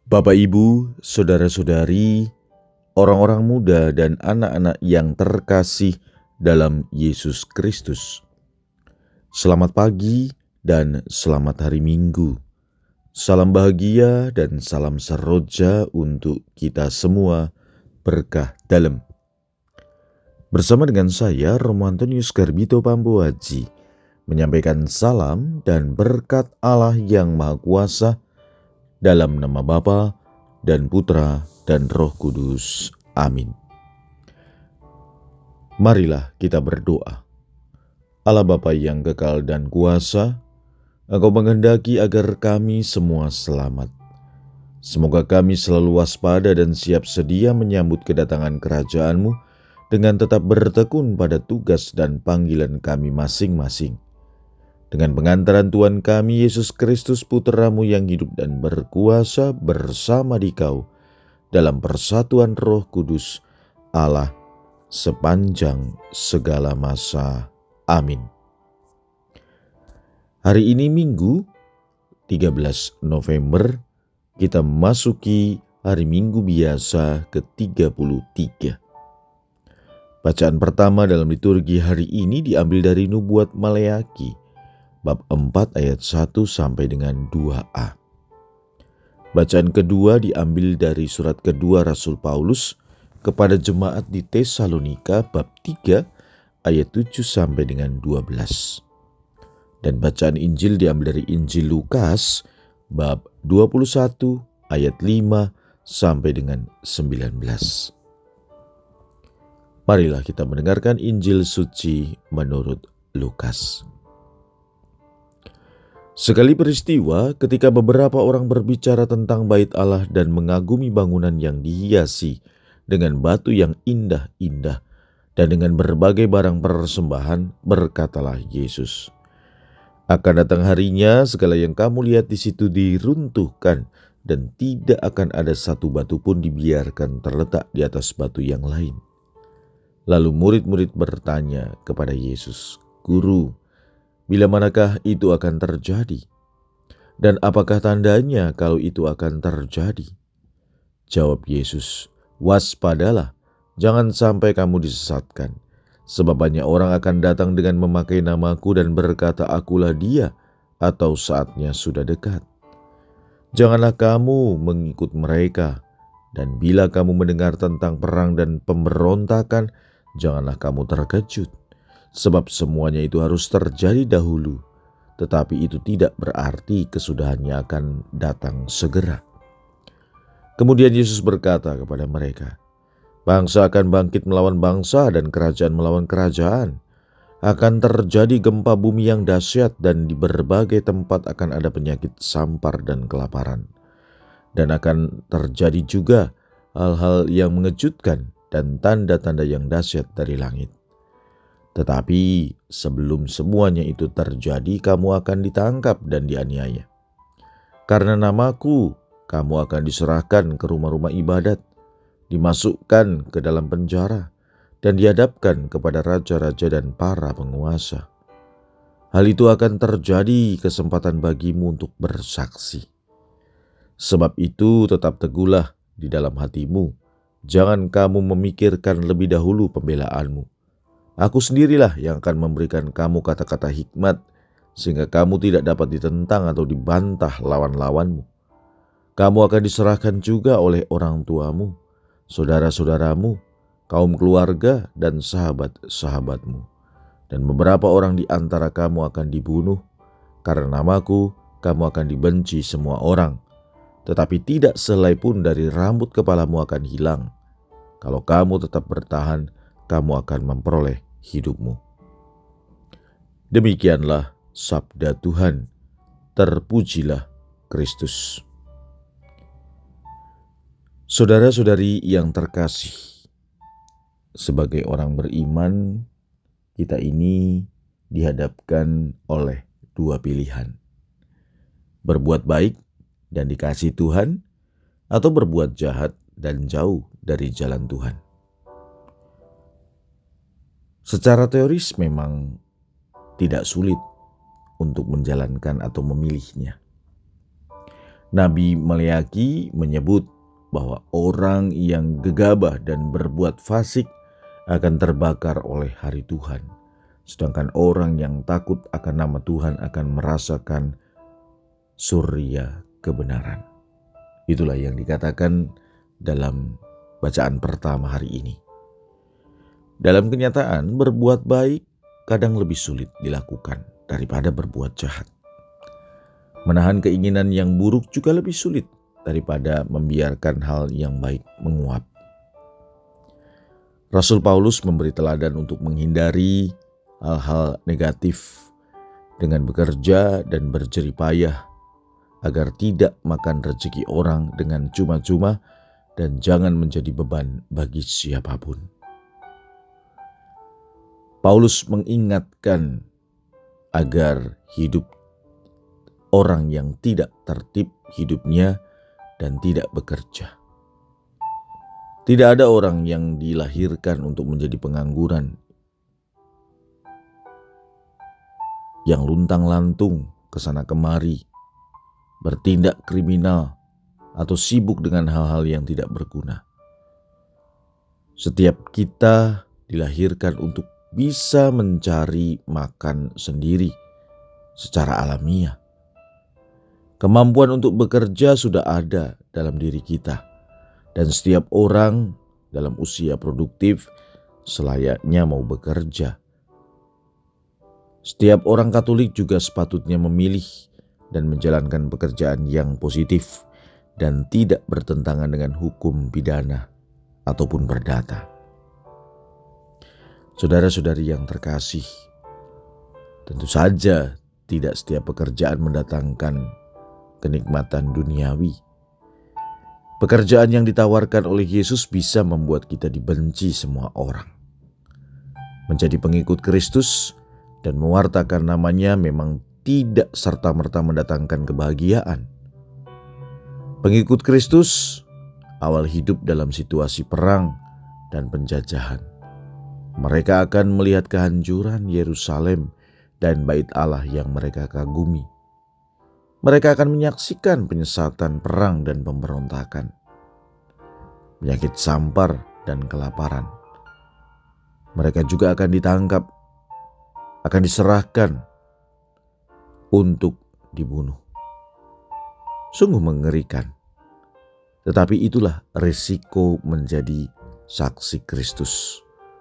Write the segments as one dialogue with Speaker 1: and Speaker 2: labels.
Speaker 1: Bapak, Ibu, saudara-saudari, orang-orang muda dan anak-anak yang terkasih dalam Yesus Kristus. Selamat pagi dan selamat hari Minggu. Salam bahagia dan salam seroja untuk kita semua, berkah dalam. Bersama dengan saya, Romo Antonius Garbito Pambuaji, menyampaikan salam dan berkat Allah yang Maha Kuasa dalam nama Bapa dan Putra dan Roh Kudus. Amin. Marilah kita berdoa. Allah Bapa yang kekal dan kuasa, Engkau menghendaki agar kami semua selamat. Semoga kami selalu waspada dan siap sedia menyambut kedatangan kerajaan-Mu dengan tetap bertekun pada tugas dan panggilan kami masing-masing. Dengan pengantaran Tuhan kami Yesus Kristus, Putra-Mu yang hidup dan berkuasa bersama Dikau dalam persatuan Roh Kudus, Allah sepanjang segala masa. Amin. Hari ini Minggu 13 November, kita memasuki hari Minggu biasa ke-33. Bacaan pertama dalam liturgi hari ini diambil dari Nubuat Maleaki, bab 4 ayat 1 sampai dengan 2a. Bacaan kedua diambil dari surat kedua Rasul Paulus kepada jemaat di Tesalonika, bab 3 ayat 7 sampai dengan 12. Dan bacaan Injil diambil dari Injil Lukas, bab 21 ayat 5 sampai dengan 19. Marilah kita mendengarkan Injil suci menurut Lukas. Sekali peristiwa ketika beberapa orang berbicara tentang bait Allah dan mengagumi bangunan yang dihiasi dengan batu yang indah-indah dan dengan berbagai barang persembahan, berkatalah Yesus, "Akan datang harinya segala yang kamu lihat di situ diruntuhkan dan tidak akan ada satu batu pun dibiarkan terletak di atas batu yang lain." Lalu murid-murid bertanya kepada Yesus, "Guru, bila manakah itu akan terjadi? Dan apakah tandanya kalau itu akan terjadi?" Jawab Yesus, "Waspadalah, jangan sampai kamu disesatkan. Sebab banyak orang akan datang dengan memakai namaku dan berkata, 'Akulah dia,' atau 'Saatnya sudah dekat.' Janganlah kamu mengikut mereka. Dan bila kamu mendengar tentang perang dan pemberontakan, janganlah kamu terkejut. Sebab semuanya itu harus terjadi dahulu, tetapi itu tidak berarti kesudahannya akan datang segera." Kemudian Yesus berkata kepada mereka, "Bangsa akan bangkit melawan bangsa dan kerajaan melawan kerajaan. Akan terjadi gempa bumi yang dahsyat dan di berbagai tempat akan ada penyakit sampar dan kelaparan. Dan akan terjadi juga hal-hal yang mengejutkan dan tanda-tanda yang dahsyat dari langit. Tetapi sebelum semuanya itu terjadi, kamu akan ditangkap dan dianiaya. Karena namaku, kamu akan diserahkan ke rumah-rumah ibadat, dimasukkan ke dalam penjara, dan dihadapkan kepada raja-raja dan para penguasa. Hal itu akan terjadi kesempatan bagimu untuk bersaksi. Sebab itu tetap teguhlah di dalam hatimu, jangan kamu memikirkan lebih dahulu pembelaanmu. Aku sendirilah yang akan memberikan kamu kata-kata hikmat, sehingga kamu tidak dapat ditentang atau dibantah lawan-lawanmu. Kamu akan diserahkan juga oleh orang tuamu, saudara-saudaramu, kaum keluarga, dan sahabat-sahabatmu. Dan beberapa orang di antara kamu akan dibunuh. Karena namaku, kamu akan dibenci semua orang. Tetapi tidak sehelai pun dari rambut kepalamu akan hilang. Kalau kamu tetap bertahan, kamu akan memperoleh hidupmu." Demikianlah sabda Tuhan. Terpujilah Kristus. Saudara-saudari yang terkasih, sebagai orang beriman, kita ini dihadapkan oleh dua pilihan. Berbuat baik dan dikasihi Tuhan, atau berbuat jahat dan jauh dari jalan Tuhan. Secara teoris memang tidak sulit untuk menjalankan atau memilihnya. Nabi Maleaki menyebut bahwa orang yang gegabah dan berbuat fasik akan terbakar oleh hari Tuhan. Sedangkan orang yang takut akan nama Tuhan akan merasakan surya kebenaran. Itulah yang dikatakan dalam bacaan pertama hari ini. Dalam kenyataan, berbuat baik kadang lebih sulit dilakukan daripada berbuat jahat. Menahan keinginan yang buruk juga lebih sulit daripada membiarkan hal yang baik menguap. Rasul Paulus memberi teladan untuk menghindari hal-hal negatif dengan bekerja dan berjerih payah agar tidak makan rezeki orang dengan cuma-cuma dan jangan menjadi beban bagi siapapun. Paulus mengingatkan agar hidup orang yang tidak tertib hidupnya dan tidak bekerja. Tidak ada orang yang dilahirkan untuk menjadi pengangguran, yang luntang-lantung kesana kemari, bertindak kriminal, atau sibuk dengan hal-hal yang tidak berguna. Setiap kita dilahirkan untuk bisa mencari makan sendiri secara alamiah. Kemampuan untuk bekerja sudah ada dalam diri kita, dan setiap orang dalam usia produktif selayaknya mau bekerja. Setiap orang Katolik juga sepatutnya memilih dan menjalankan pekerjaan yang positif dan tidak bertentangan dengan hukum pidana ataupun perdata. Saudara-saudari yang terkasih, tentu saja tidak setiap pekerjaan mendatangkan kenikmatan duniawi. Pekerjaan yang ditawarkan oleh Yesus bisa membuat kita dibenci semua orang. Menjadi pengikut Kristus dan mewartakan namanya memang tidak serta-merta mendatangkan kebahagiaan. Pengikut Kristus awal hidup dalam situasi perang dan penjajahan. Mereka akan melihat kehancuran Yerusalem dan Bait Allah yang mereka kagumi. Mereka akan menyaksikan penyesatan perang dan pemberontakan, penyakit sampar dan kelaparan. Mereka juga akan ditangkap, akan diserahkan untuk dibunuh. Sungguh mengerikan. Tetapi itulah resiko menjadi saksi Kristus.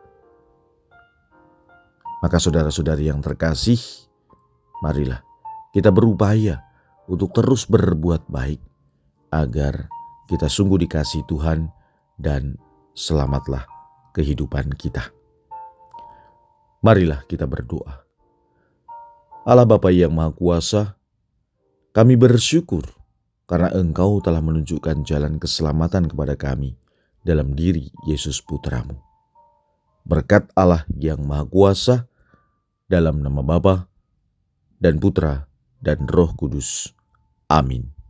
Speaker 1: Maka saudara-saudari yang terkasih, marilah kita berupaya untuk terus berbuat baik agar kita sungguh dikasihi Tuhan dan selamatlah kehidupan kita. Marilah kita berdoa. Allah Bapa yang Maha Kuasa, kami bersyukur karena Engkau telah menunjukkan jalan keselamatan kepada kami dalam diri Yesus Putra-Mu. Berkat Allah yang Maha Kuasa, dalam nama Bapa dan Putra dan Roh Kudus. Amin.